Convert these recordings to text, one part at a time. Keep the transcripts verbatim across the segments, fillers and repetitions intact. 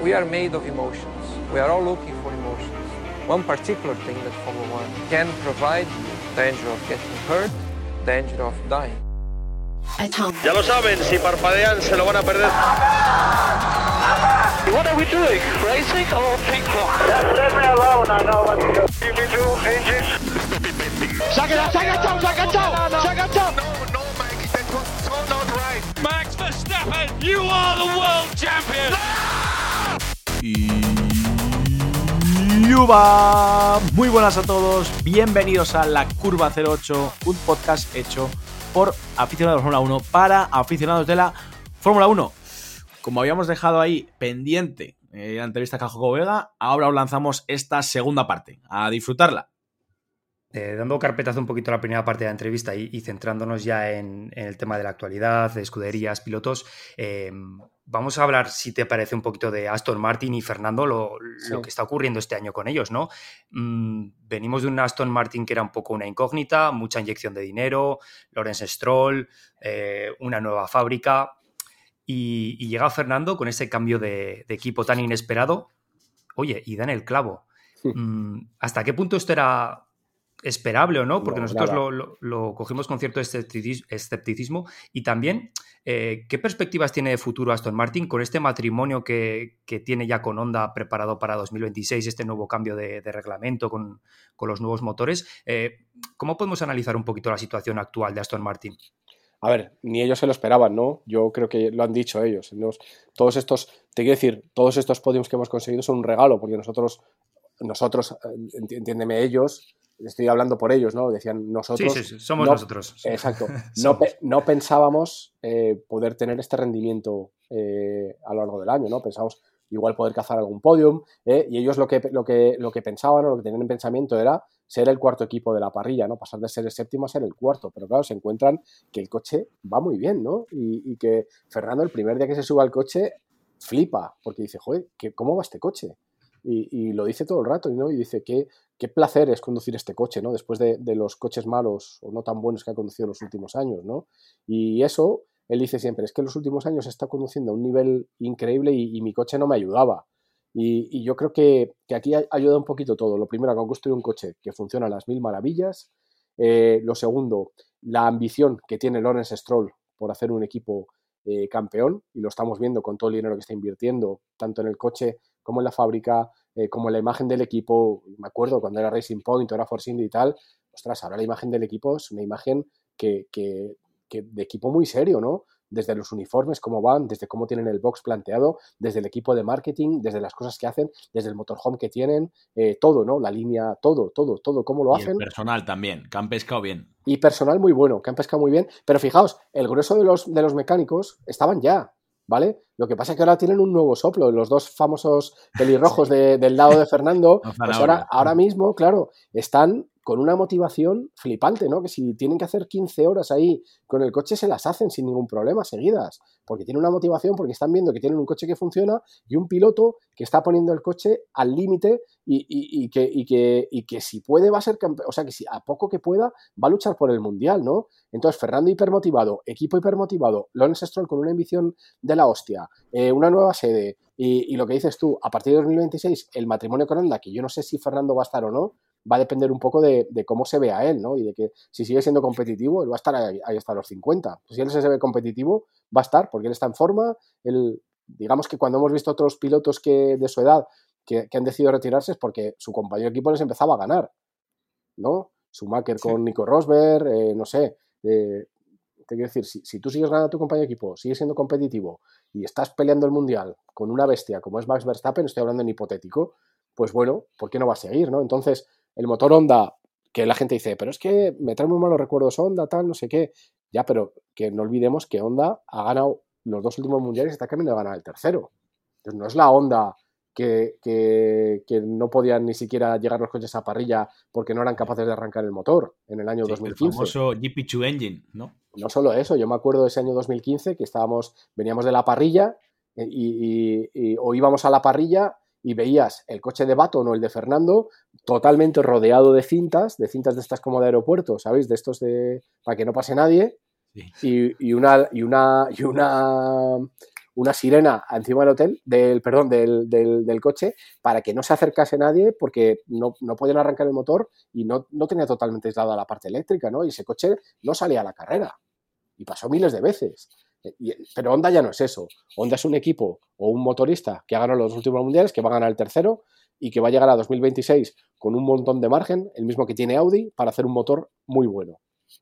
we are made of emotions. We are all looking for emotions. One particular thing that Formula One can provide you, danger of getting hurt, danger of dying. Ya lo saben, si parpadean se lo van a perder. What are we doing? Racing or ping pong? Just leave me alone, I know what to do. Give me two engines. ¡Se ha enganchado, se ha enganchado, se ha enganchado! ¡Se ha enganchado! No, no, Max, that was so not right. Max Verstappen, you are the world champion. ¡Yuba! Muy buenas a todos, bienvenidos a La Curva cero ocho, un podcast hecho por aficionados de Fórmula uno para aficionados de la Fórmula uno. Como habíamos dejado ahí pendiente eh, la entrevista con Jacobo Vega, ahora os lanzamos esta segunda parte. A disfrutarla. Eh, dando carpetazo un poquito a la primera parte de la entrevista y, y centrándonos ya en, en el tema de la actualidad, de escuderías, pilotos, eh, vamos a hablar, si te parece, un poquito de Aston Martin y Fernando, lo, sí. lo que está ocurriendo este año con ellos, ¿no? Mm, venimos de un Aston Martin que era un poco una incógnita, mucha inyección de dinero, Lawrence Stroll, eh, una nueva fábrica, y, y llega Fernando con ese cambio de, de equipo tan inesperado, oye, y dan el clavo. Sí. Mm, ¿Hasta qué punto esto era esperable o no? Porque no, nosotros lo, lo, lo cogimos con cierto escepticismo. Y también, eh, ¿qué perspectivas tiene de futuro Aston Martin con este matrimonio que, que tiene ya con Honda preparado para dos mil veintiséis, este nuevo cambio de, de reglamento con, con los nuevos motores? Eh, ¿Cómo podemos analizar un poquito la situación actual de Aston Martin? A ver, ni ellos se lo esperaban, ¿no? Yo creo que lo han dicho ellos. Los, todos estos, te quiero decir, todos estos podiums que hemos conseguido son un regalo, porque nosotros, nosotros, entiéndeme ellos, estoy hablando por ellos, ¿no? Decían nosotros... Sí, sí, sí. somos no, nosotros. Exacto. No, pe, no pensábamos eh, poder tener este rendimiento eh, a lo largo del año, ¿no? Pensamos igual poder cazar algún podium, ¿eh? Y ellos lo que, lo, que, lo que pensaban o lo que tenían en pensamiento era ser el cuarto equipo de la parrilla, ¿no? Pasar de ser el séptimo a ser el cuarto. Pero claro, se encuentran que el coche va muy bien, ¿no? Y, y que Fernando, el primer día que se sube al coche, flipa, porque dice, joder, ¿cómo va este coche? Y, y lo dice todo el rato, ¿no? Y dice que qué placer es conducir este coche, ¿no? Después de, de los coches malos o no tan buenos que ha conducido en los últimos años, ¿no? Y eso, él dice siempre, es que en los últimos años está conduciendo a un nivel increíble y, y mi coche no me ayudaba. Y, y yo creo que, que aquí ayuda un poquito todo. Lo primero, que han construido un coche que funciona a las mil maravillas. Eh, lo segundo, la ambición que tiene Lawrence Stroll por hacer un equipo eh, campeón, y lo estamos viendo con todo el dinero que está invirtiendo, tanto en el coche como en la fábrica, eh, como en la imagen del equipo. Me acuerdo cuando era Racing Point o era Force India y tal, ostras, ahora la imagen del equipo es una imagen que, que, que de equipo muy serio, ¿no? Desde los uniformes, cómo van, desde cómo tienen el box planteado, desde el equipo de marketing, desde las cosas que hacen, desde el motorhome que tienen, eh, todo, ¿no? La línea, todo, todo, todo, cómo lo y hacen. Y el personal también, que han pescado bien. Y personal muy bueno, que han pescado muy bien. Pero fijaos, el grueso de los, de los mecánicos estaban ya, ¿vale? Lo que pasa es que ahora tienen un nuevo soplo. Los dos famosos pelirrojos de, del lado de Fernando, pues ahora, ahora mismo, claro, están con una motivación flipante, ¿no? Que si tienen que hacer quince horas ahí con el coche, se las hacen sin ningún problema, seguidas. Porque tienen una motivación, porque están viendo que tienen un coche que funciona y un piloto que está poniendo el coche al límite y, y, y, que, y, que, y que si puede va a ser campeón. O sea, que si a poco que pueda va a luchar por el Mundial, ¿no? Entonces, Fernando hipermotivado, equipo hipermotivado, Lawrence Stroll con una ambición de la hostia, eh, una nueva sede y, y lo que dices tú, a partir de dos mil veintiséis, el matrimonio con Honda, que yo no sé si Fernando va a estar o no, va a depender un poco de, de cómo se ve a él, ¿no? Y de que si sigue siendo competitivo, él va a estar ahí, ahí hasta los cincuenta. Pues si él se ve competitivo, va a estar, porque él está en forma. Él, digamos que cuando hemos visto otros pilotos que de su edad que, que han decidido retirarse es porque su compañero de equipo les empezaba a ganar, ¿no? Schumacher sí. Con Nico Rosberg, eh, no sé. Eh, te quiero decir, si, si tú sigues ganando a tu compañero de equipo, sigues siendo competitivo y estás peleando el Mundial con una bestia como es Max Verstappen, estoy hablando en hipotético, pues bueno, ¿por qué no va a seguir, no? Entonces, el motor Honda, que la gente dice, pero es que me trae muy malos recuerdos Honda, tal, no sé qué. Ya, pero que no olvidemos que Honda ha ganado los dos últimos mundiales y está camino de ganar el tercero. Entonces, no es la Honda que, que, que no podían ni siquiera llegar los coches a parrilla porque no eran capaces de arrancar el motor en el año sí, dos mil quince. El famoso G P dos Engine, ¿no? No solo eso, yo me acuerdo de ese año dos mil quince que estábamos, veníamos de la parrilla y, y, y o íbamos a la parrilla y veías el coche de Baton o el de Fernando totalmente rodeado de cintas, de cintas de estas como de aeropuerto, ¿sabéis? De estos de para que no pase nadie, sí. y, y una y una y una una sirena encima del hotel, del perdón, del, del, del coche, para que no se acercase nadie porque no, no podían arrancar el motor y no, no tenía totalmente aislada la parte eléctrica, ¿no? Y ese coche no salía a la carrera. Y pasó miles de veces. Y, pero Honda ya no es eso. Honda es un equipo o un motorista que ha ganado los últimos mundiales, que va a ganar el tercero y que va a llegar a dos mil veintiséis con un montón de margen, el mismo que tiene Audi, para hacer un motor muy bueno.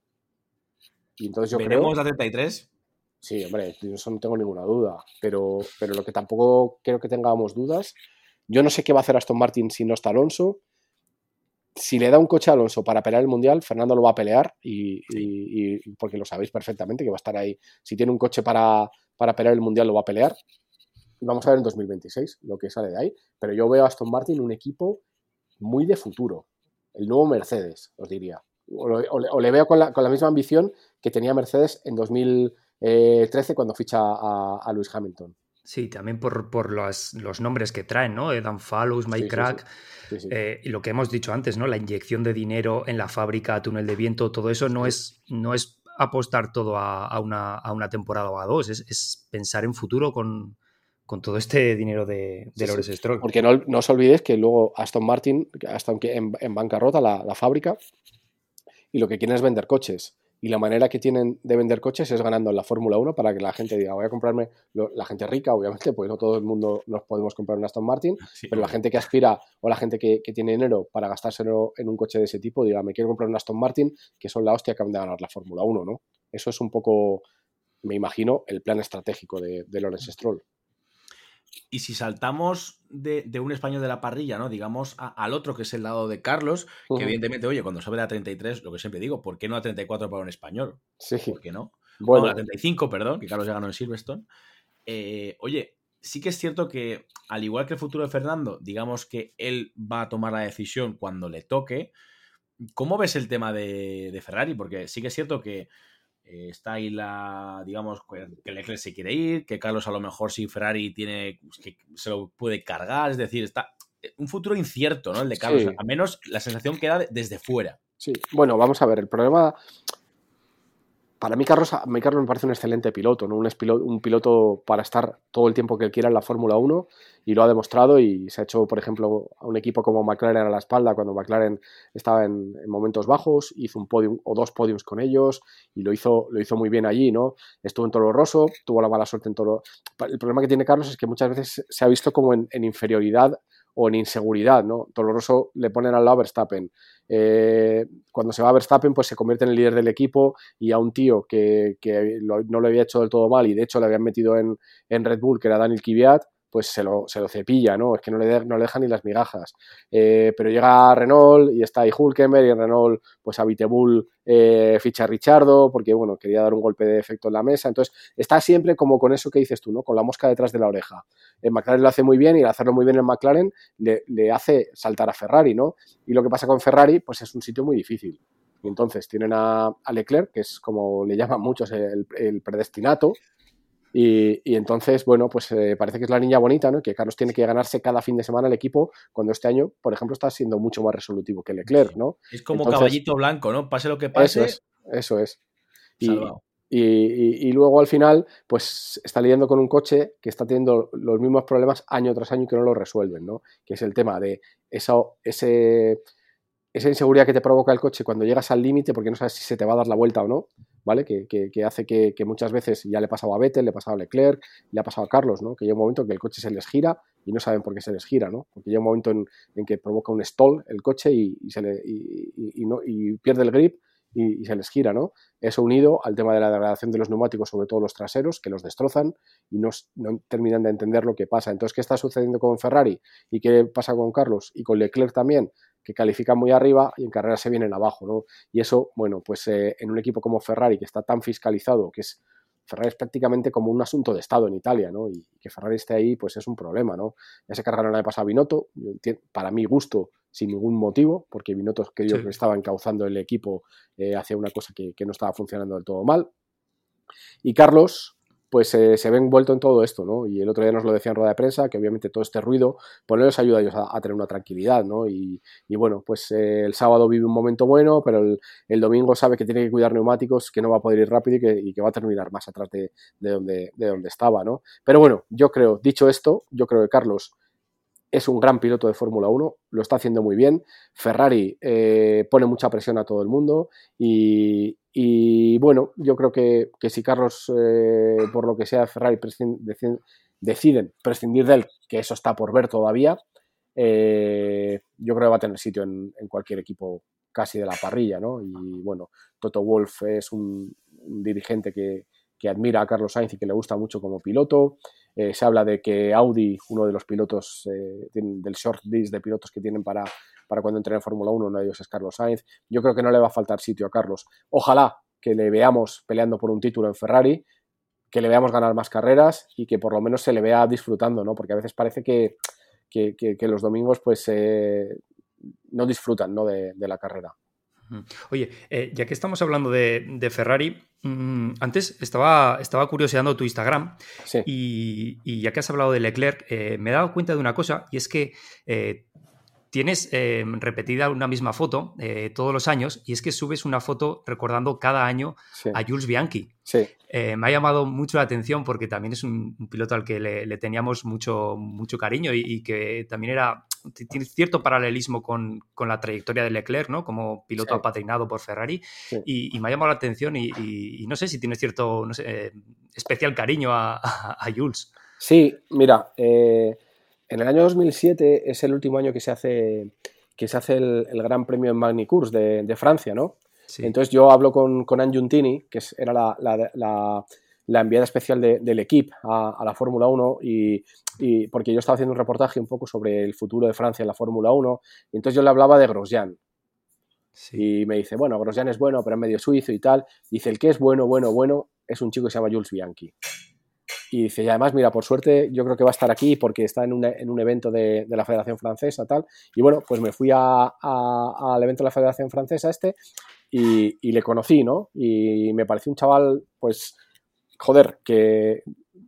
Y entonces yo ¿Veremos creo... la treinta y tres? Sí, hombre, eso no tengo ninguna duda. Pero, pero lo que tampoco creo que tengamos dudas, yo no sé qué va a hacer Aston Martin si no está Alonso. Si le da un coche a Alonso para pelear el Mundial, Fernando lo va a pelear y, sí. y, y porque lo sabéis perfectamente que va a estar ahí. Si tiene un coche para, para pelear el Mundial, lo va a pelear. Y vamos a ver en dos mil veintiséis lo que sale de ahí. Pero yo veo a Aston Martin un equipo muy de futuro. El nuevo Mercedes, os diría. O, o, o le veo con la, con la misma ambición que tenía Mercedes en dos mil trece cuando ficha a, a Lewis Hamilton. Sí, también por, por los, los nombres que traen, ¿no? Dan Fallows, Mike sí, Crack, sí, sí. Sí, sí. Eh, y lo que hemos dicho antes, ¿no? La inyección de dinero en la fábrica, túnel de viento, todo eso no, sí. es, no es apostar todo a, a, una, a una temporada o a dos, es, es pensar en futuro con, con todo este dinero de, de sí, Lawrence sí. Stroll. Porque no, no os olvidéis que luego Aston Martin, hasta aunque en, en bancarrota la, la fábrica, y lo que quieren es vender coches. Y la manera que tienen de vender coches es ganando en la Fórmula uno para que la gente diga, voy a comprarme, lo, la gente rica, obviamente, pues no todo el mundo nos podemos comprar un Aston Martin, sí, pero la gente que aspira o la gente que, que tiene dinero para gastárselo en un coche de ese tipo, diga, me quiero comprar un Aston Martin, que son la hostia que acaban de ganar la Fórmula uno, ¿no? Eso es un poco, me imagino, el plan estratégico de, de Lawrence Stroll. Y si saltamos de, de un español de la parrilla, ¿no? Digamos a, al otro, que es el lado de Carlos, uh-huh. que evidentemente, oye, cuando sube la treinta y tres, lo que siempre digo, ¿por qué no a treinta y cuatro para un español? Sí. ¿Por qué no? Bueno. No, la treinta y cinco, perdón, que Carlos ya ganó en Silverstone. Eh, oye, sí que es cierto que, al igual que el futuro de Fernando, digamos que él va a tomar la decisión cuando le toque. ¿Cómo ves el tema de, de Ferrari? Porque sí que es cierto que Eh, está ahí la, digamos, que Leclerc se quiere ir, que Carlos a lo mejor si Ferrari tiene, que se lo puede cargar, es decir, está un futuro incierto, ¿no? El de Carlos, sí. Al menos la sensación queda de, desde fuera. Sí, bueno, vamos a ver, el problema, para mí Carlos, a mí Carlos me parece un excelente piloto, ¿no? Un, piloto, un piloto para estar todo el tiempo que él quiera en la Fórmula uno y lo ha demostrado y se ha hecho, por ejemplo, a un equipo como McLaren a la espalda cuando McLaren estaba en, en momentos bajos, hizo un podium o dos podiums con ellos y lo hizo, lo hizo muy bien allí, ¿no? Estuvo en Toro Rosso, tuvo la mala suerte en Toro... El problema que tiene Carlos es que muchas veces se ha visto como en, en inferioridad o en inseguridad, ¿no? Toro Rosso le ponen al lado a Verstappen. Eh, cuando se va a Verstappen, pues se convierte en el líder del equipo y a un tío que, que lo, no lo había hecho del todo mal y de hecho le habían metido en, en Red Bull, que era Daniel Kvyat, pues se lo, se lo cepilla, ¿no? Es que no le, de, no le deja ni las migajas. Eh, pero llega Renault y está ahí Hülkenberg y en Renault, pues a Vitebull eh, ficha a Richardo porque, bueno, quería dar un golpe de efecto en la mesa. Entonces, está siempre como con eso que dices tú, ¿no? Con la mosca detrás de la oreja. En McLaren lo hace muy bien y al hacerlo muy bien en McLaren le, le hace saltar a Ferrari, ¿no? Y lo que pasa con Ferrari, pues es un sitio muy difícil. Y entonces tienen a, a Leclerc, que es como le llaman muchos el, el predestinato. Y, y entonces, bueno, pues eh, parece que es la niña bonita, ¿no? Que Carlos tiene que ganarse cada fin de semana el equipo, cuando este año, por ejemplo, está siendo mucho más resolutivo que Leclerc, ¿no? Es como entonces, caballito blanco, ¿no? Pase lo que pase. Eso es, eso es. Y, y, y, y luego al final, pues está lidiando con un coche que está teniendo los mismos problemas año tras año y que no lo resuelven, ¿no? Que es el tema de esa, ese, esa inseguridad que te provoca el coche cuando llegas al límite porque no sabes si se te va a dar la vuelta o no. ¿Vale? Que, que, que hace que, que muchas veces ya le ha pasado a Vettel, le ha pasado a Leclerc, le ha pasado a Carlos, ¿no? Que llega un momento que el coche se les gira y no saben por qué se les gira, ¿no? Porque llega un momento en, en que provoca un stall el coche y, y, se le, y, y, y, no, y pierde el grip y, y se les gira, ¿no? Eso unido al tema de la degradación de los neumáticos, sobre todo los traseros, que los destrozan y no, no terminan de entender lo que pasa. Entonces, ¿qué está sucediendo con Ferrari? ¿Y qué pasa con Carlos? Y con Leclerc también, que califican muy arriba y en carrera se vienen abajo, ¿no? Y eso, bueno, pues eh, en un equipo como Ferrari, que está tan fiscalizado, que es Ferrari es prácticamente como un asunto de Estado en Italia, ¿no? Y que Ferrari esté ahí, pues es un problema, ¿no? Ya se cargaron la de pasada Binotto, para mi gusto, sin ningún motivo, porque Binotto que yo sí. que estaba encauzando el equipo eh, hacia una cosa que, que no estaba funcionando del todo mal. Y Carlos, pues eh, se ve envuelto en todo esto, ¿no? Y el otro día nos lo decía en rueda de prensa, que obviamente todo este ruido, pues no les ayuda a ellos a, a tener una tranquilidad, ¿no? Y, y bueno, pues eh, el sábado vive un momento bueno, pero el, el domingo sabe que tiene que cuidar neumáticos, que no va a poder ir rápido y que, y que va a terminar más atrás de, de, donde, de donde estaba, ¿no? Pero bueno, yo creo, dicho esto, yo creo que Carlos es un gran piloto de Fórmula uno, lo está haciendo muy bien. Ferrari eh, pone mucha presión a todo el mundo y, y bueno, yo creo que, que si Carlos, eh, por lo que sea, Ferrari prescind, deciden, deciden prescindir de él, que eso está por ver todavía, eh, yo creo que va a tener sitio en, en cualquier equipo casi de la parrilla, ¿no? Y bueno, Toto Wolff es un, un dirigente que, que admira a Carlos Sainz y que le gusta mucho como piloto. Eh, se habla de que Audi, uno de los pilotos, eh, del short list de pilotos que tienen para, para cuando entre en Fórmula uno, uno de ellos es Carlos Sainz. Yo creo que no le va a faltar sitio a Carlos. Ojalá que le veamos peleando por un título en Ferrari, que le veamos ganar más carreras y que por lo menos se le vea disfrutando, ¿no? Porque a veces parece que, que, que, que los domingos pues eh, no disfrutan, ¿no? de, de la carrera. Oye, eh, ya que estamos hablando de, de Ferrari, mmm, antes estaba, estaba curioseando tu Instagram, sí. y, y ya que has hablado de Leclerc, eh, me he dado cuenta de una cosa, y es que eh, tienes eh, repetida una misma foto eh, todos los años, y es que subes una foto recordando cada año sí. a Jules Bianchi. Sí. Eh, me ha llamado mucho la atención porque también es un, un piloto al que le, le teníamos mucho, mucho cariño y, y que también era... tiene cierto paralelismo con, con la trayectoria de Leclerc, ¿no? Como piloto sí. apadrinado por Ferrari, sí. y, y me ha llamado la atención y, y, y no sé si tienes cierto, no sé, eh, especial cariño a, a, a Jules. Sí, mira, eh, en el año dos mil siete es el último año que se hace, que se hace el, el Gran Premio en Magny-Cours de, de Francia, ¿no? Sí. Entonces yo hablo con, con Anne Giuntini, que es, era la, la, la, la enviada especial de, del equipo a, a la Fórmula uno, y, y porque yo estaba haciendo un reportaje un poco sobre el futuro de Francia en la Fórmula uno, y entonces yo le hablaba de Grosjean. Sí. Y me dice, bueno, Grosjean es bueno, pero es medio suizo y tal. Dice, el que es bueno, bueno, bueno, es un chico que se llama Jules Bianchi. Y dice, y además, mira, por suerte yo creo que va a estar aquí porque está en un, en un evento de, de la Federación Francesa, tal. Y bueno, pues me fui a, a, al evento de la Federación Francesa este y, y le conocí, ¿no? Y me pareció un chaval, pues, joder, que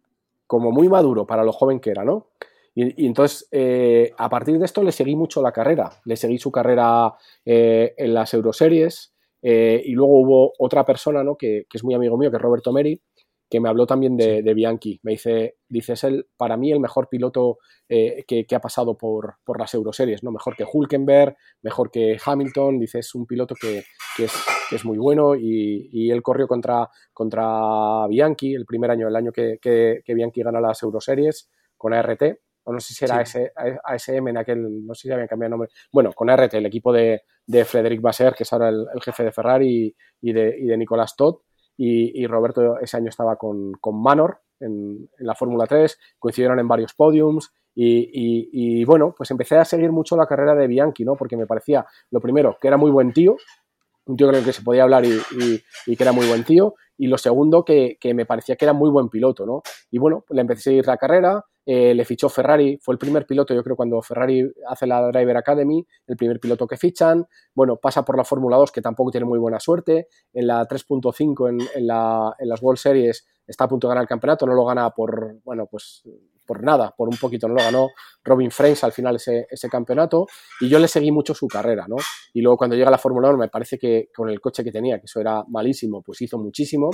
como muy maduro para lo joven que era, ¿no? Y, y entonces, eh, a partir de esto le seguí mucho la carrera. Le seguí su carrera eh, en las Euroseries, eh, y luego hubo otra persona, ¿no? Que, que es muy amigo mío, que es Roberto Meri, que me habló también de, sí. de Bianchi. Me dice, dice, es el, para mí el mejor piloto eh, que, que ha pasado por, por las Euroseries, ¿no? Mejor que Hülkenberg, mejor que Hamilton. Dice, es un piloto que, que, es, que es muy bueno, y, y él corrió contra, contra Bianchi el primer año, el año que, que, que Bianchi gana las Euroseries con A R T, o no sé si era sí. A S M en aquel, no sé si habían cambiado el nombre. Bueno, con A R T, el equipo de, de Frédéric Vasseur, que es ahora el, el jefe de Ferrari, y, y, de, y de Nicolas Todd. Y, y Roberto ese año estaba con, con Manor en, en la Fórmula tres, coincidieron en varios podiums y, y, y bueno, pues empecé a seguir mucho la carrera de Bianchi, ¿no? Porque me parecía, lo primero, que era muy buen tío, un tío con el que se podía hablar y, y, y que era muy buen tío, y lo segundo, que, que me parecía que era muy buen piloto, ¿no? Y bueno, le empecé a seguir la carrera, eh, le fichó Ferrari, fue el primer piloto, yo creo, cuando Ferrari hace la Driver Academy, el primer piloto que fichan. Bueno, pasa por la Fórmula dos, que tampoco tiene muy buena suerte, en la tres punto cinco, en, en, la, en las World Series, está a punto de ganar el campeonato, no lo gana por, bueno, pues por nada, por un poquito no lo ganó Robin Frenz al final ese, ese campeonato, y yo le seguí mucho su carrera, ¿no? Y luego cuando llega a la Fórmula uno me parece que con el coche que tenía, que eso era malísimo, pues hizo muchísimo.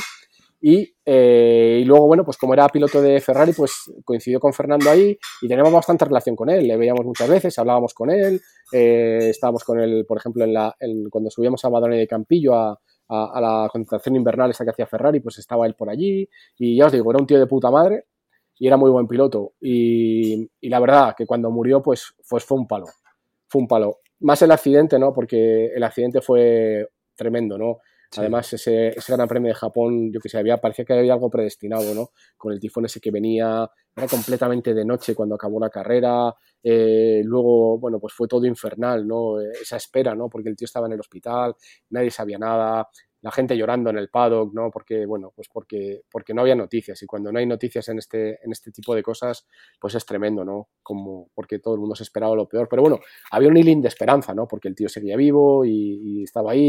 Y, eh, y luego, bueno, pues como era piloto de Ferrari, pues coincidió con Fernando ahí y teníamos bastante relación con él. Le veíamos muchas veces, hablábamos con él, eh, estábamos con él, por ejemplo, en la, en, cuando subíamos a Madonna de Campillo a, a, a la concentración invernal esa que hacía Ferrari, pues estaba él por allí. Y ya os digo, era un tío de puta madre y era muy buen piloto. Y, y la verdad que cuando murió, pues, pues fue un palo. Fue un palo. Más el accidente, ¿no? Porque el accidente fue tremendo, ¿no? Sí. Además, ese, ese Gran Premio de Japón, yo que sé, había, parecía que había algo predestinado, ¿no? Con el tifón ese que venía, era completamente de noche cuando acabó la carrera, eh, luego, bueno, pues fue todo infernal, ¿no? Esa espera, ¿no? Porque el tío estaba en el hospital, nadie sabía nada, la gente llorando en el paddock, ¿no? Porque, bueno, pues porque, porque no había noticias, y cuando no hay noticias en este, en este tipo de cosas, pues es tremendo, ¿no? Como porque todo el mundo se esperaba lo peor, pero bueno, había un hilín de esperanza, ¿no? Porque el tío seguía vivo y, y estaba ahí,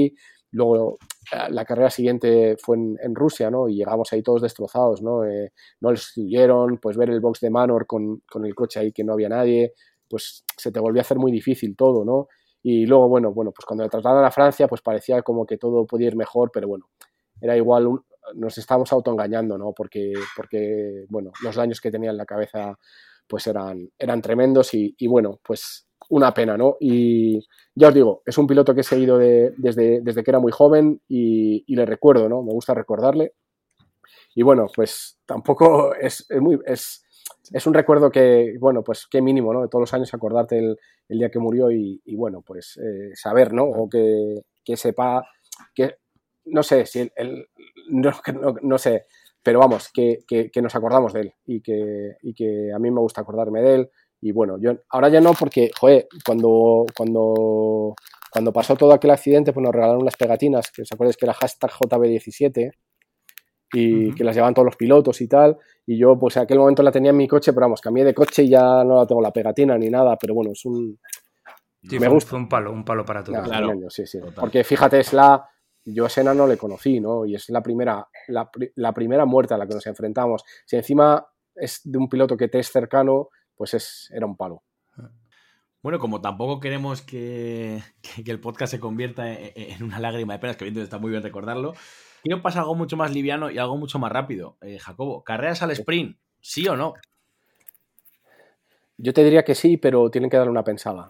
luego la carrera siguiente fue en, en Rusia, ¿no? Y llegamos ahí todos destrozados, ¿no? Eh, no les sustituyeron, pues ver el box de Manor con, con el coche ahí que no había nadie, pues se te volvió a hacer muy difícil todo, ¿no? Y luego, bueno, bueno, pues cuando le trasladaron a Francia, pues parecía como que todo podía ir mejor, pero bueno, era igual, un, nos estábamos autoengañando, ¿no? Porque, porque, bueno, los daños que tenía en la cabeza, pues eran, eran tremendos y, y bueno, pues una pena, ¿no? Y ya os digo, es un piloto que he seguido de, desde, desde que era muy joven y, y le recuerdo, ¿no? Me gusta recordarle. Y bueno, pues tampoco es, es muy... Es, es un recuerdo que, bueno, pues qué mínimo, ¿no? De todos los años acordarte el, el día que murió y, y bueno, pues eh, saber, ¿no? O que, que sepa, que no sé, si el, el no, no, no sé, pero vamos, que, que, que nos acordamos de él y que, y que a mí me gusta acordarme de él. Y bueno, yo ahora ya no porque, joder, cuando, cuando, cuando pasó todo aquel accidente, pues nos regalaron unas pegatinas, que os acordáis que era hashtag J B diecisiete y uh-huh. que las llevaban todos los pilotos y tal, y yo pues en aquel momento la tenía en mi coche, pero vamos, cambié de coche y ya no la tengo la pegatina ni nada, pero bueno, es un... Sí, me fue, gusta. Fue un palo, un palo para todos. Nah, claro. Tremendo, sí, sí. Porque fíjate, es la... Yo a Senna no le conocí, ¿no? Y es la primera, la, la primera muerte a la que nos enfrentamos. Si encima es de un piloto que te es cercano, pues es, era un palo. Bueno, como tampoco queremos que, que, que el podcast se convierta en, en una lágrima de penas, que evidentemente está muy bien recordarlo, quiero pasar algo mucho más liviano y algo mucho más rápido. Eh, Jacobo, ¿carreras al sprint? ¿Sí o no? Yo te diría que sí, pero tienen que darle una pensada.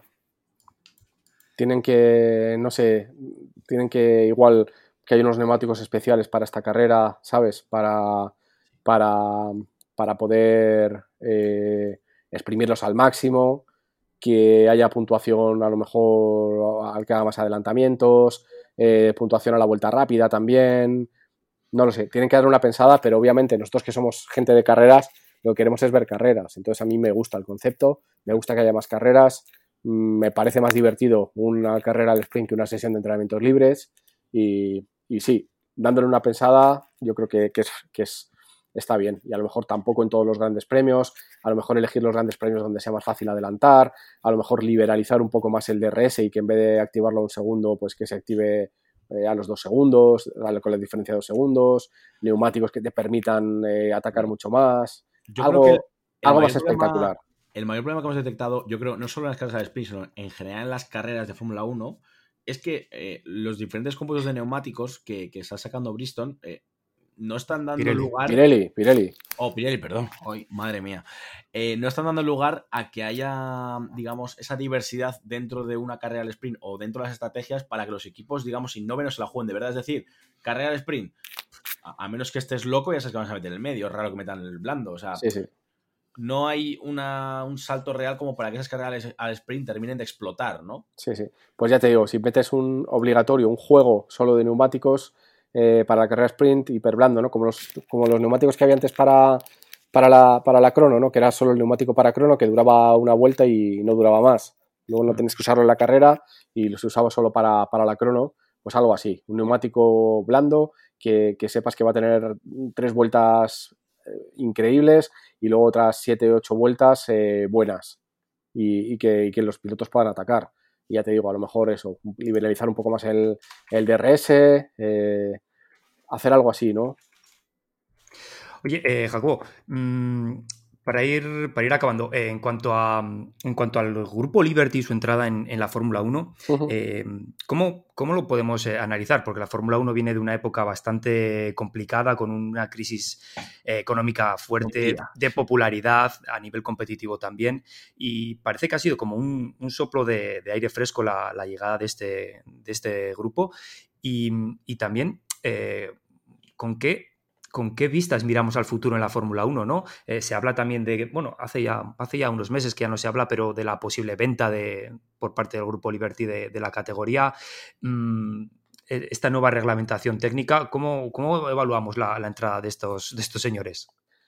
Tienen que, no sé, tienen que igual que hay unos neumáticos especiales para esta carrera, ¿sabes? Para, para, para poder eh, exprimirlos al máximo, que haya puntuación a lo mejor al que haga más adelantamientos, eh, puntuación a la vuelta rápida también, no lo sé, tienen que dar una pensada, pero obviamente nosotros que somos gente de carreras, lo que queremos es ver carreras, entonces a mí me gusta el concepto, me gusta que haya más carreras, me parece más divertido una carrera al sprint que una sesión de entrenamientos libres y, y sí, dándole una pensada yo creo que, que, es, que es, está bien y a lo mejor tampoco en todos los grandes premios, a lo mejor elegir los grandes premios donde sea más fácil adelantar, a lo mejor liberalizar un poco más el D R S y que en vez de activarlo a un segundo pues que se active eh, a los dos segundos, con la diferencia de dos segundos, neumáticos que te permitan eh, atacar mucho más, yo algo, creo que algo más espectacular. Problema... El mayor problema que hemos detectado, yo creo, no solo en las carreras de sprint, sino en general en las carreras de Fórmula uno, es que eh, los diferentes compuestos de neumáticos que, que está sacando Bridgestone eh, no están dando Pirelli. lugar... Pirelli, Pirelli. Oh, Pirelli, perdón. Ay, madre mía. Eh, no están dando lugar a que haya, digamos, esa diversidad dentro de una carrera al sprint o dentro de las estrategias para que los equipos, digamos, innoven o se la jueguen de verdad. Es decir, carrera al sprint, a, a menos que estés loco, ya sabes que vas a meter en el medio. Es raro que metan el blando. O sea, sí, sí. no hay una, un salto real como para que esas carreras al sprint terminen de explotar, ¿no? Sí, sí. Pues ya te digo, si metes un obligatorio, un juego solo de neumáticos eh, para la carrera sprint, hiperblando, ¿no? Como los, como los neumáticos que había antes para, para, la, para la crono, ¿no? Que era solo el neumático para crono que duraba una vuelta y no duraba más. Luego no tenés que usarlo en la carrera y los usaba solo para, para la crono. Pues algo así. Un neumático blando que, que sepas que va a tener tres vueltas eh, increíbles y luego otras siete o ocho vueltas eh, buenas y, y, que, y que los pilotos puedan atacar. Y ya te digo, a lo mejor eso, liberalizar un poco más el, el D R S, eh, hacer algo así, ¿no? Oye, eh, Jacobo, mmm, para ir, para ir acabando, eh, en, cuanto a, en cuanto al grupo Liberty y su entrada en, en la Fórmula uno, uh-huh. eh, ¿cómo, ¿cómo lo podemos eh, analizar? Porque la Fórmula uno viene de una época bastante complicada, con una crisis eh, económica fuerte, de popularidad a nivel competitivo también, y parece que ha sido como un, un soplo de, de aire fresco la, la llegada de este, de este grupo, y, y también eh, con qué ¿con qué vistas miramos al futuro en la Fórmula uno, ¿no? Eh, se habla también de, bueno, hace ya, hace ya unos meses que ya no se habla, pero de la posible venta de, por parte del grupo Liberty de, de la categoría. Mm, esta nueva reglamentación técnica, ¿cómo, cómo evaluamos la, la entrada de estos, de estos señores?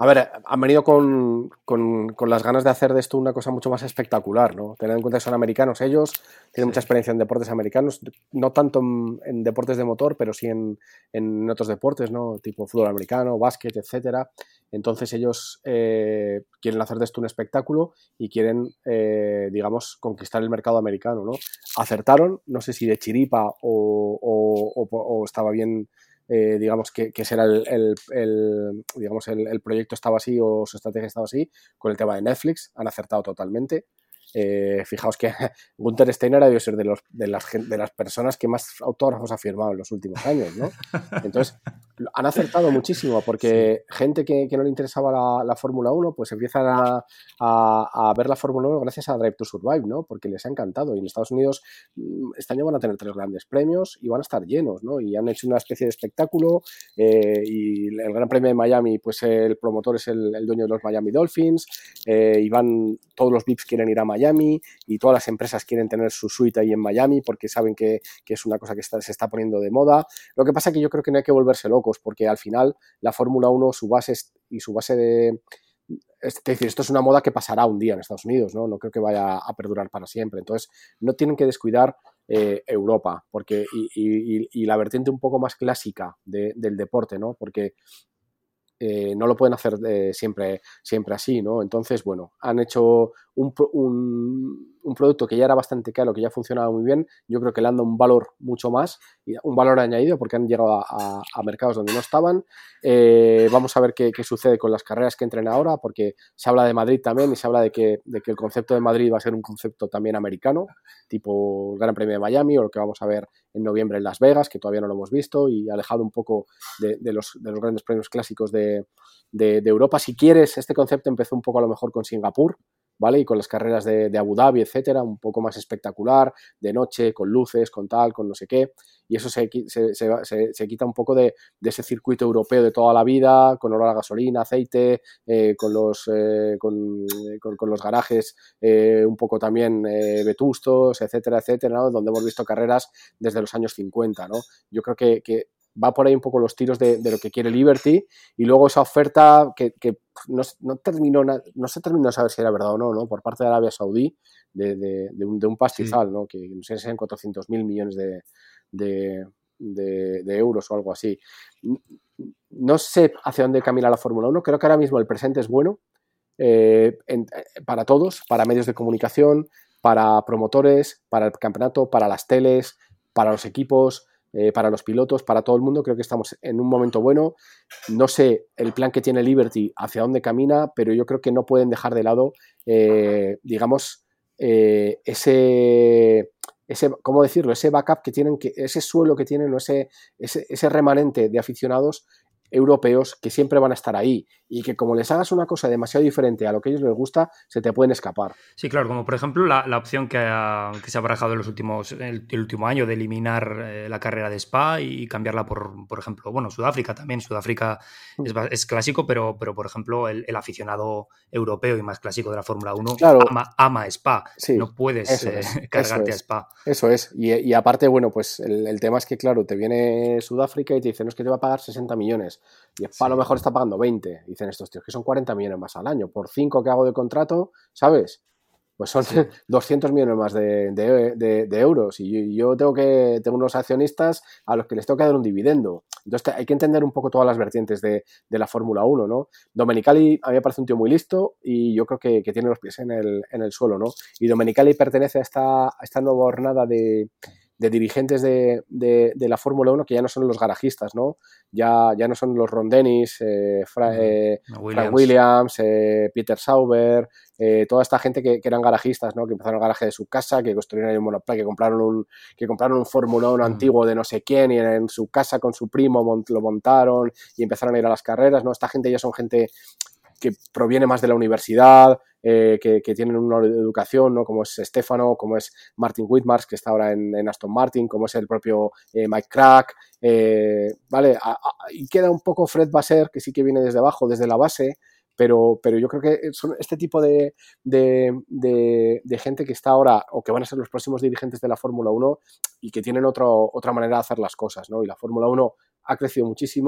A ver, han venido con, con, con las ganas de hacer de esto una cosa mucho más espectacular, ¿no? Tener en cuenta que son americanos ellos, tienen sí. mucha experiencia en deportes americanos, no tanto en, en deportes de motor, pero sí en, en otros deportes, ¿no? Tipo fútbol americano, básquet, etcétera. Entonces ellos eh, quieren hacer de esto un espectáculo y quieren, eh, digamos, conquistar el mercado americano, ¿no? Acertaron, no sé si de chiripa o, o, o, o estaba bien... Eh, digamos que, que ese era el, el, el digamos el, el proyecto estaba así o su estrategia estaba así con el tema de Netflix, han acertado totalmente. Eh, fijaos que Gunther Steiner ha debido ser de, los, de, las, de las personas que más autógrafos ha firmado en los últimos años, ¿no? Entonces han acertado muchísimo porque sí. gente que, que no le interesaba la, la Fórmula uno pues empiezan a, a, a ver la Fórmula uno gracias a Drive to Survive, ¿no? Porque les ha encantado y en Estados Unidos este año van a tener tres grandes premios y van a estar llenos, ¿no? Y han hecho una especie de espectáculo eh, y el Gran Premio de Miami pues el promotor es el, el dueño de los Miami Dolphins eh, y van, todos los V I Ps quieren ir a Miami Miami y todas las empresas quieren tener su suite ahí en Miami porque saben que, que es una cosa que está, se está poniendo de moda. Lo que pasa es que yo creo que no hay que volverse locos porque al final la Fórmula uno, su base es, y su base de... Es decir, esto es una moda que pasará un día en Estados Unidos, ¿no? No creo que vaya a perdurar para siempre. Entonces, no tienen que descuidar eh, Europa porque y, y, y la vertiente un poco más clásica de, del deporte, ¿no? Porque Eh, no lo pueden hacer eh, siempre, siempre así, ¿no? Entonces, bueno, han hecho un, un, un producto que ya era bastante caro, que ya funcionaba muy bien. Yo creo que le han dado un valor mucho más, un valor añadido porque han llegado a, a, a mercados donde no estaban. Eh, vamos a ver qué, qué sucede con las carreras que entren ahora, porque se habla de Madrid también y se habla de que, de que el concepto de Madrid va a ser un concepto también americano, tipo el Gran Premio de Miami o lo que vamos a ver en noviembre en Las Vegas, que todavía no lo hemos visto y alejado un poco de, de, los, de los grandes premios clásicos de, de, de Europa. Si quieres, este concepto empezó un poco a lo mejor con Singapur, ¿vale? Y con las carreras de, de Abu Dhabi, etcétera, un poco más espectacular, de noche, con luces, con tal, con no sé qué. Y eso se, se, se, se quita un poco de, de ese circuito europeo de toda la vida, con olor a gasolina, aceite, eh, con, los, eh, con, con, con los garajes eh, un poco también eh, vetustos, etcétera, etcétera, ¿no? Donde hemos visto carreras desde los años cincuenta, ¿no? Yo creo que, que va por ahí un poco los tiros de, de lo que quiere Liberty y luego esa oferta que, que no, no, terminó, no se terminó de saber si era verdad o no, ¿no? Por parte de Arabia Saudí de, de, de, un, de un pastizal, sí. ¿no? Que no sé si sean cuatrocientos mil millones de, de, de, de euros o algo así. No sé hacia dónde camina la Fórmula uno, creo que ahora mismo el presente es bueno eh, en, para todos, para medios de comunicación, para promotores, para el campeonato, para las teles, para los equipos, Eh, para los pilotos, para todo el mundo. Creo que estamos en un momento bueno. No sé el plan que tiene Liberty hacia dónde camina, pero yo creo que no pueden dejar de lado eh, digamos eh, ese, ese, ¿cómo decirlo? Ese backup que tienen, que, ese suelo que tienen, o ese, ese, ese remanente de aficionados europeos que siempre van a estar ahí y que como les hagas una cosa demasiado diferente a lo que a ellos les gusta, se te pueden escapar. Sí, claro, como por ejemplo la, la opción que, ha, que se ha barajado en los últimos, el, el último año de eliminar eh, la carrera de Spa y cambiarla por, por ejemplo, bueno, Sudáfrica también. Sudáfrica mm. es, es clásico, pero, pero por ejemplo el, el aficionado europeo y más clásico de la Fórmula uno claro. ama, ama Spa. Sí, no puedes eh, es, cargarte es, a Spa. Eso es. Y, y aparte, bueno, pues el, el tema es que, claro, te viene Sudáfrica y te dice, no, es que te va a pagar sesenta millones. Y Spa sí. a lo mejor está pagando veinte. Dicen estos tíos que son cuarenta millones más al año. Por cinco que hago de contrato, ¿sabes? Pues son sí. doscientos millones más de, de, de, de euros. Y yo, yo tengo que tengo unos accionistas a los que les tengo que dar un dividendo. Entonces hay que entender un poco todas las vertientes de, de la Fórmula uno, ¿no? Domenicali a mí me parece un tío muy listo y yo creo que, que tiene los pies en el, en el suelo, ¿no? Y Domenicali pertenece a esta, a esta nueva jornada de... de dirigentes de, de, de la Fórmula uno que ya no son los garajistas, ¿no? Ya, ya no son los Ron Dennis, eh, Fra, eh, Williams. Frank Williams, eh, Peter Sauber, eh, toda esta gente que, que eran garajistas, ¿no? Que empezaron el garaje de su casa, que construyeron ahí un monoplaza, que compraron un, que compraron un Fórmula uno mm. antiguo de no sé quién y en su casa con su primo mont, lo montaron y empezaron a ir a las carreras, ¿no? Esta gente ya son gente que proviene más de la universidad, eh, que, que tienen una educación, ¿no? Como es Stefano, como es Martin Whitmars, que está ahora en, en Aston Martin, como es el propio eh, Mike Crack, eh, ¿vale? A, a, y queda un poco Fred Vasseur, que sí que viene desde abajo, desde la base, pero, pero yo creo que son este tipo de, de, de, de gente que está ahora, o que van a ser los próximos dirigentes de la Fórmula uno y que tienen otro, otra manera de hacer las cosas, ¿no? Y la Fórmula uno ha crecido muchísimo,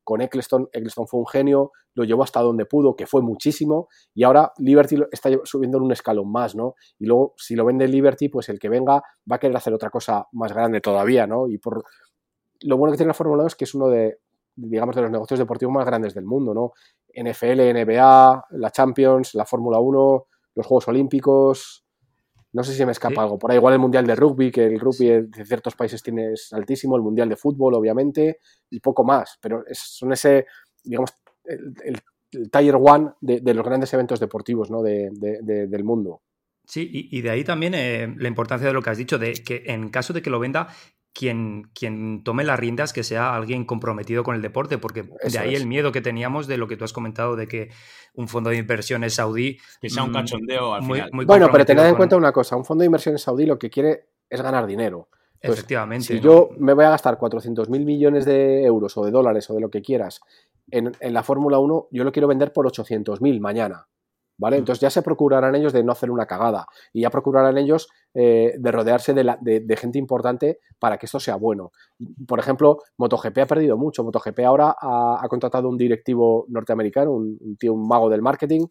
con Eccleston. Eccleston fue un genio, lo llevó hasta donde pudo, que fue muchísimo, y ahora Liberty está subiendo en un escalón más, ¿no? Y luego, si lo vende Liberty, pues el que venga va a querer hacer otra cosa más grande todavía, ¿no? Y por lo bueno que tiene la Fórmula uno es que es uno de, digamos, de los negocios deportivos más grandes del mundo, ¿no? N F L, N B A, la Champions, la Fórmula uno, los Juegos Olímpicos. No sé si me escapa sí. algo. Por ahí igual el Mundial de Rugby, que el rugby de ciertos países tiene es altísimo, el Mundial de Fútbol, obviamente, y poco más. Pero es, son ese, digamos, el, el, el Tier One de, de los grandes eventos deportivos, ¿no? de, de, de, del mundo. Sí, y, y de ahí también eh, la importancia de lo que has dicho, de que en caso de que lo venda, quien, quien tome las riendas que sea alguien comprometido con el deporte, porque Eso de ahí es. el miedo que teníamos de lo que tú has comentado, de que un fondo de inversiones saudí... Que sea un cachondeo al muy, final. Muy bueno, pero tened en con... cuenta una cosa, un fondo de inversiones saudí lo que quiere es ganar dinero. Entonces, Efectivamente. Si ¿no? yo me voy a gastar cuatrocientos mil millones de euros o de dólares o de lo que quieras en, en la Fórmula uno, yo lo quiero vender por ochocientos mil mañana. ¿Vale? Entonces ya se procurarán ellos de no hacer una cagada y ya procurarán ellos eh, de rodearse de, la, de, de gente importante para que esto sea bueno. Por ejemplo, MotoGP ha perdido mucho. MotoGP ahora ha, ha contratado un directivo norteamericano, un, un tío, un mago del marketing,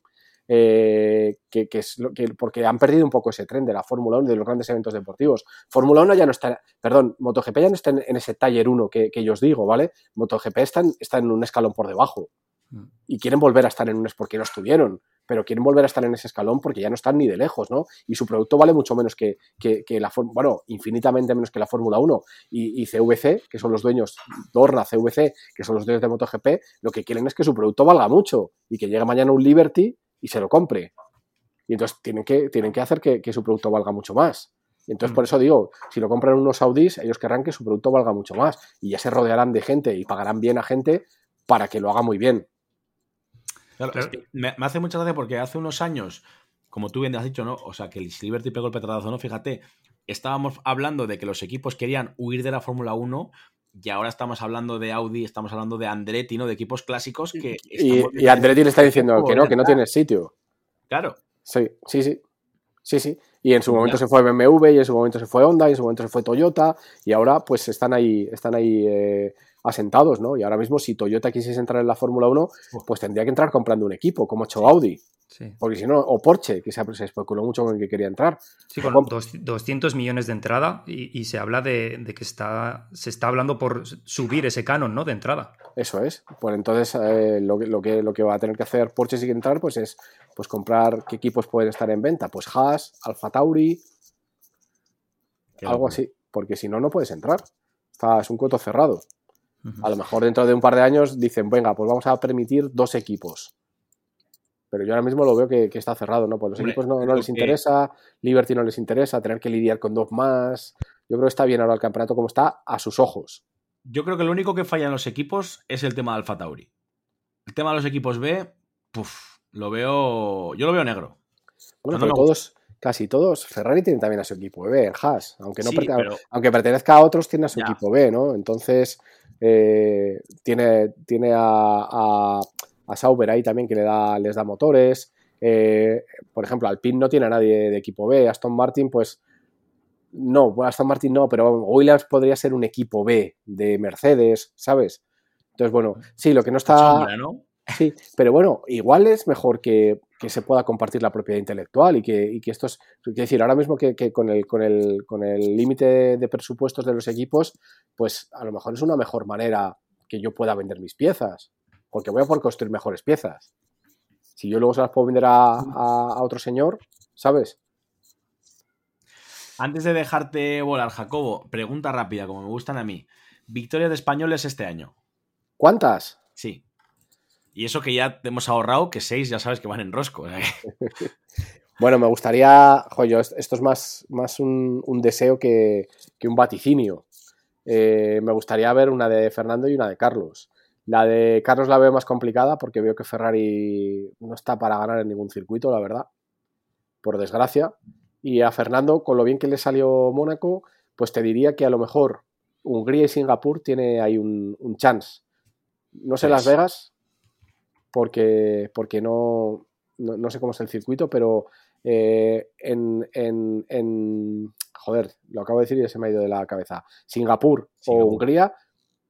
eh, que, que es lo, que, porque han perdido un poco ese tren de la Fórmula uno, de los grandes eventos deportivos. Fórmula uno ya no está, perdón, MotoGP ya no está en, en ese Tier uno que, que yo os digo, ¿vale? MotoGP está en, está en un escalón por debajo y quieren volver a estar en un, es porque no estuvieron, pero quieren volver a estar en ese escalón porque ya no están ni de lejos, ¿no? Y su producto vale mucho menos que, que, que la Fórmula, bueno, infinitamente menos que la Fórmula uno. Y, y C V C, que son los dueños, Dorna, C V C, que son los dueños de MotoGP, lo que quieren es que su producto valga mucho y que llegue mañana un Liberty y se lo compre. Y entonces tienen que, tienen que hacer que, que su producto valga mucho más. Y entonces, por eso digo, si lo compran unos saudíes, ellos querrán que su producto valga mucho más y ya se rodearán de gente y pagarán bien a gente para que lo haga muy bien. Claro, claro. Es que me, me hace mucha gracia porque hace unos años, como tú bien has dicho, ¿no? O sea, que el Liberty pegó el petardazo, ¿no? Fíjate, estábamos hablando de que los equipos querían huir de la Fórmula uno y ahora estamos hablando de Audi, estamos hablando de Andretti, ¿no? De equipos clásicos que... Y, y Andretti le está diciendo que no, que no tiene sitio. Claro. Sí, sí, sí. Sí, sí. Y en su momento claro. se fue B M W, y en su momento se fue Honda, y en su momento se fue Toyota, y ahora pues están ahí, están ahí eh, asentados, ¿no? Y ahora mismo si Toyota quisiese entrar en la Fórmula uno, pues tendría que entrar comprando un equipo, como ha hecho Audi. Sí. Porque si no, o Porsche, que se, se especuló mucho con el que quería entrar. Sí, con dos, doscientos millones de entrada y, y se habla de, de que está, se está hablando por subir ese canon, ¿no? De entrada. Eso es. Pues entonces eh, lo, lo, que, lo que va a tener que hacer Porsche si quiere entrar, pues es pues comprar qué equipos pueden estar en venta. Pues Haas, Alfa Tauri, algo así. Porque si no, no puedes entrar. Está, es un coto cerrado. Uh-huh. A lo mejor dentro de un par de años dicen, venga, pues vamos a permitir dos equipos. Pero yo ahora mismo lo veo que, que está cerrado, ¿no? Pues los Hombre, equipos no, no les que... interesa, Liberty no les interesa, tener que lidiar con dos más. Yo creo que está bien ahora el campeonato como está a sus ojos. Yo creo que lo único que falla en los equipos es el tema de Alfa Tauri. El tema de los equipos B, puf, lo veo. Yo lo veo negro. Bueno, no pero todos, casi todos, Ferrari tiene también a su equipo B, el Haas. Aunque, no sí, pertenezca, pero... aunque pertenezca a otros, tiene a su ya. equipo B, ¿no? Entonces, eh, tiene, tiene a. a a Sauber ahí también que le da, les da motores, eh, por ejemplo Alpine no tiene a nadie de equipo B, Aston Martin pues no, Aston Martin no, pero Williams podría ser un equipo B de Mercedes, ¿sabes? Entonces bueno, sí, lo que no está... Sombra, ¿no? Sí, pero bueno, igual es mejor que, que se pueda compartir la propiedad intelectual y que, y que esto es, es decir, ahora mismo que, que con el con el con el límite de presupuestos de los equipos, pues a lo mejor es una mejor manera que yo pueda vender mis piezas. Porque voy a poder construir mejores piezas. Si yo luego se las puedo vender a, a, a otro señor, ¿sabes? Antes de dejarte volar, Jacobo, pregunta rápida, como me gustan a mí. ¿Victorias de españoles este año? ¿Cuántas? Sí. Y eso que ya te hemos ahorrado, que seis ya sabes que van en rosco. ¿eh? Bueno, me gustaría... Joder, esto es más, más un, un deseo que, que un vaticinio. Eh, me gustaría ver una de Fernando y una de Carlos. La de Carlos la veo más complicada porque veo que Ferrari no está para ganar en ningún circuito, la verdad, por desgracia. Y a Fernando, con lo bien que le salió Mónaco, pues te diría que a lo mejor Hungría y Singapur tiene ahí un, un chance. No sé Las Vegas, porque, porque no, no, no sé cómo es el circuito, pero eh, en, en, en... Joder, lo acabo de decir y ya se me ha ido de la cabeza. Singapur, Singapur. o Hungría...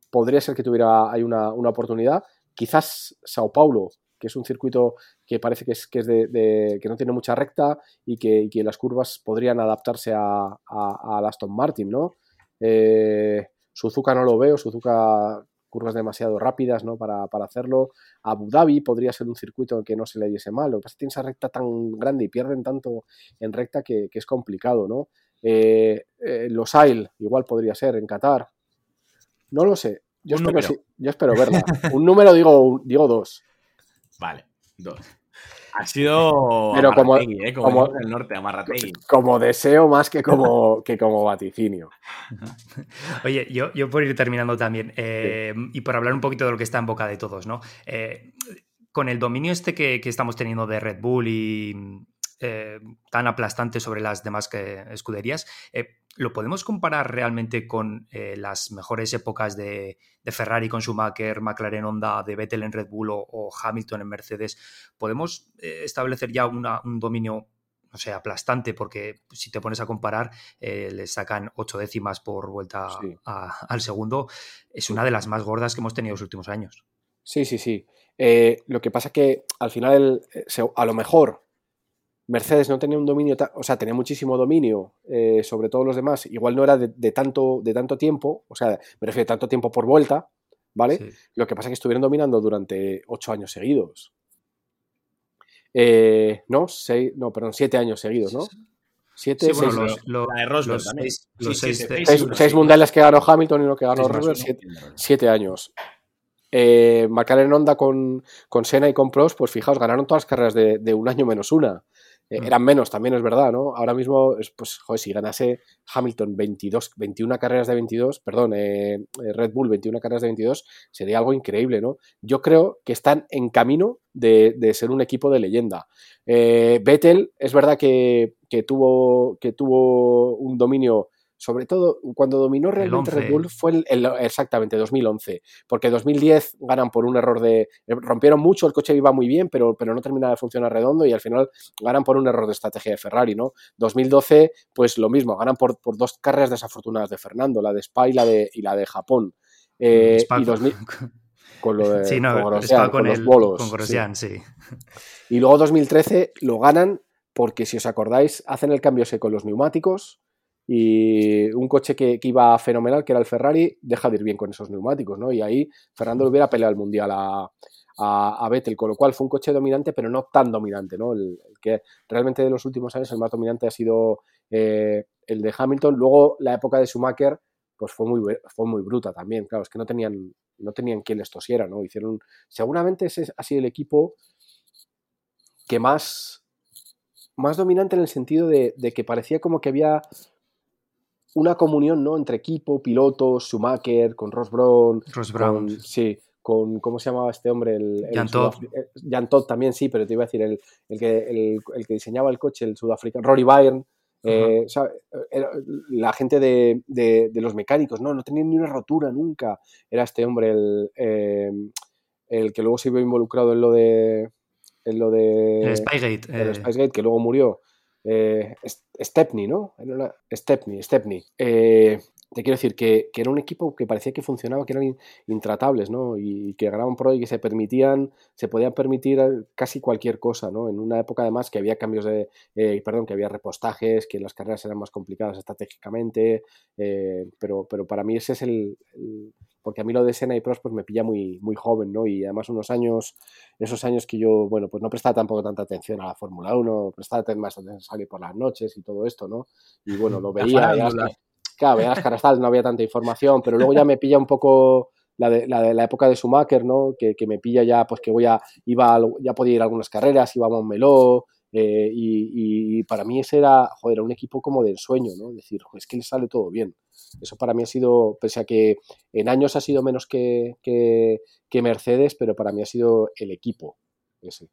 podría ser que tuviera hay una, una oportunidad. Quizás Sao Paulo, que es un circuito que parece que es, que es de, de que no tiene mucha recta y que, y que las curvas podrían adaptarse a, a, a Aston Martin, ¿no? Eh, Suzuka no lo veo, Suzuka curvas demasiado rápidas, ¿no? para, para hacerlo. Abu Dhabi podría ser un circuito en que no se le diese mal, lo que pasa es que tiene esa recta tan grande y pierden tanto en recta que, que es complicado, ¿no? Eh, eh, Losail igual podría ser en Qatar, no lo sé, yo, espero, sí, yo espero verla. Un número digo, digo dos. Vale, dos. Ha sido pero como, ¿eh? como, como del norte, Amarrategui. Como deseo más que como, que como vaticinio. Oye, yo, yo por ir terminando también, eh, sí. y por hablar un poquito de lo que está en boca de todos, ¿no? Eh, con el dominio este que, que estamos teniendo de Red Bull y eh, tan aplastante sobre las demás que, escuderías, eh, ¿lo podemos comparar realmente con eh, las mejores épocas de, de Ferrari con Schumacher, McLaren Honda, de Vettel en Red Bull o, o Hamilton en Mercedes? ¿Podemos eh, establecer ya una, un dominio, no sé, aplastante? Porque si te pones a comparar, eh, le sacan ocho décimas por vuelta sí. a, al segundo. Es una de las más gordas que hemos tenido los últimos años. Sí, sí, sí. Eh, lo que pasa es que al final, el, a lo mejor Mercedes no tenía un dominio, o sea, tenía muchísimo dominio eh, sobre todos los demás, igual no era de, de, tanto, de tanto tiempo, o sea, me refiero a tanto tiempo por vuelta, ¿vale? Sí. Lo que pasa es que estuvieron dominando durante ocho años seguidos. Eh, no, seis, no, perdón, siete años seguidos, ¿no? Siete, sí, bueno, seis, los, los, la de Rosberg los, también. Seis, los sí, seis, sí, seis, seis, seis mundiales que ganó Hamilton y uno que ganó Rosberg, siete, uno. siete años. Eh, McLaren Honda con, con Senna y con Prost, pues fijaos, ganaron todas las carreras de, de un año menos una. Eh, mm. Eran menos, también es verdad, ¿no? Ahora mismo, pues, joder, si ganase Hamilton veintidós, veintiuna carreras de veintidós, perdón, eh, Red Bull veintiuna carreras de veintidós, sería algo increíble, ¿no? Yo creo que están en camino de, de ser un equipo de leyenda. Eh, Vettel, es verdad que, que, tuvo, que tuvo un dominio. Sobre todo, cuando dominó realmente Red Bull fue el, el, exactamente dos mil once, porque dos mil diez ganan por un error de... rompieron mucho, el coche iba muy bien, pero, pero no terminaba de funcionar redondo y al final ganan por un error de estrategia de Ferrari, ¿no? dos mil doce, pues lo mismo, ganan por, por dos carreras desafortunadas de Fernando, la de Spa y la de, y la de Japón. Eh, y dos mil... Con lo de sí, no, con, Grosjean, con, con el, los bolos. Con Grosjean, sí. sí. Y luego dos mil trece lo ganan porque, si os acordáis, hacen el cambio ese con los neumáticos. Y un coche que, que iba fenomenal, que era el Ferrari, deja de ir bien con esos neumáticos, ¿no? Y ahí Fernando le hubiera peleado el Mundial a, a, a Vettel, con lo cual fue un coche dominante, pero no tan dominante, ¿no? El, el que realmente de los últimos años el más dominante ha sido eh, el de Hamilton. Luego la época de Schumacher pues fue muy, fue muy bruta también, claro, es que no tenían, no tenían quien les tosiera, ¿no? Hicieron, seguramente ese ha sido el equipo que más, más dominante en el sentido de, de que parecía como que había una comunión, ¿no? Entre equipo, pilotos, Schumacher, con Ross Brown. Ross Brown. Con, sí, con, ¿cómo se llamaba este hombre? El, el Jan Todd. Jan Todd también, sí, pero te iba a decir, el, el, que, el, el que diseñaba el coche, el sudafricano, Rory Byrne. Eh, uh-huh. ¿sabe? La gente de, de, de los mecánicos, ¿no? No tenían ni una rotura nunca. Era este hombre, el, eh, el que luego se vio involucrado en lo de... En lo de... El Spygate. El eh... Spygate, que luego murió. Eh, Stepney, ¿no? Stepney, Stepney. Eh, te quiero decir que, que era un equipo que parecía que funcionaba, que eran intratables, ¿no? Y que ganaban por hoy, que se permitían, se podían permitir casi cualquier cosa, ¿no? En una época además que había cambios de, eh, perdón, que había repostajes, que las carreras eran más complicadas estratégicamente, eh, pero, pero para mí ese es el, el porque a mí lo de Senna y Prost pues me pilla muy, muy joven, ¿no? Y además unos años, esos años que yo, bueno, pues no prestaba tampoco tanta atención a la Fórmula uno, prestaba más atención a salir por las noches y todo esto, ¿no? Y bueno, lo veía, ya las, claro, veía las caras tal, no había tanta información, pero luego ya me pilla un poco la de la, de, la época de Schumacher, ¿no? Que, que me pilla ya, pues que voy a, iba, ya podía ir a algunas carreras, iba a Montmeló, eh, y, y para mí ese era, joder, un equipo como de ensueño, ¿no? Es decir, joder, es que le sale todo bien. Eso para mí ha sido, pese a que en años ha sido menos que, que, que Mercedes, pero para mí ha sido el equipo ese.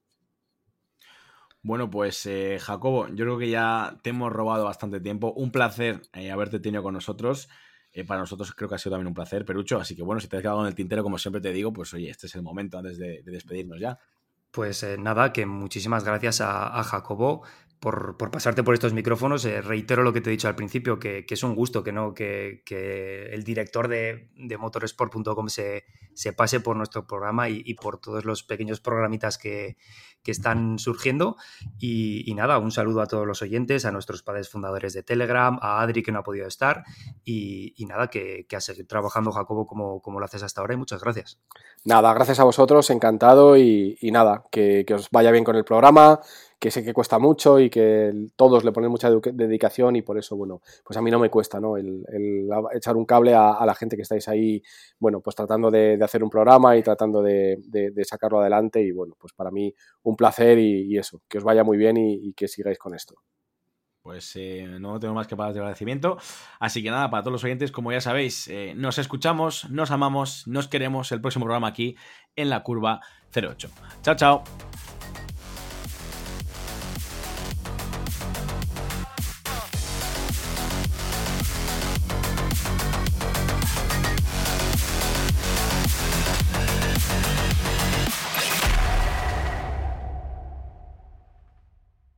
Bueno, pues eh, Jacobo, yo creo que ya te hemos robado bastante tiempo. Un placer eh, haberte tenido con nosotros. Eh, para nosotros creo que ha sido también un placer, Perucho. Así que bueno, si te has quedado en el tintero, como siempre te digo, pues oye, este es el momento antes de, de despedirnos ya. Pues eh, nada, que muchísimas gracias a, a Jacobo por, por pasarte por estos micrófonos. Eh, reitero lo que te he dicho al principio, que, que es un gusto que, ¿no? que, que el director de, de motorsport punto com se, se pase por nuestro programa y, y por todos los pequeños programitas que, que están surgiendo. Y, y nada, un saludo a todos los oyentes, a nuestros padres fundadores de Telegram, a Adri, que no ha podido estar, y, y nada, que, que a seguir trabajando, Jacobo, como, como lo haces hasta ahora, y muchas gracias. Nada, gracias a vosotros, encantado, y, y nada, que, que os vaya bien con el programa, que sé que cuesta mucho y que todos le ponen mucha dedicación, y por eso, bueno, pues a mí no me cuesta, ¿no? El, el echar un cable a, a la gente que estáis ahí, bueno, pues tratando de, de hacer un programa y tratando de, de, de sacarlo adelante, y bueno, pues para mí un placer, y, y eso, que os vaya muy bien y, y que sigáis con esto. Pues eh, no tengo más que palabras de agradecimiento. Así que nada, para todos los oyentes, como ya sabéis, eh, nos escuchamos, nos amamos, nos queremos. El próximo programa aquí en La Curva cero ocho. Chao, chao.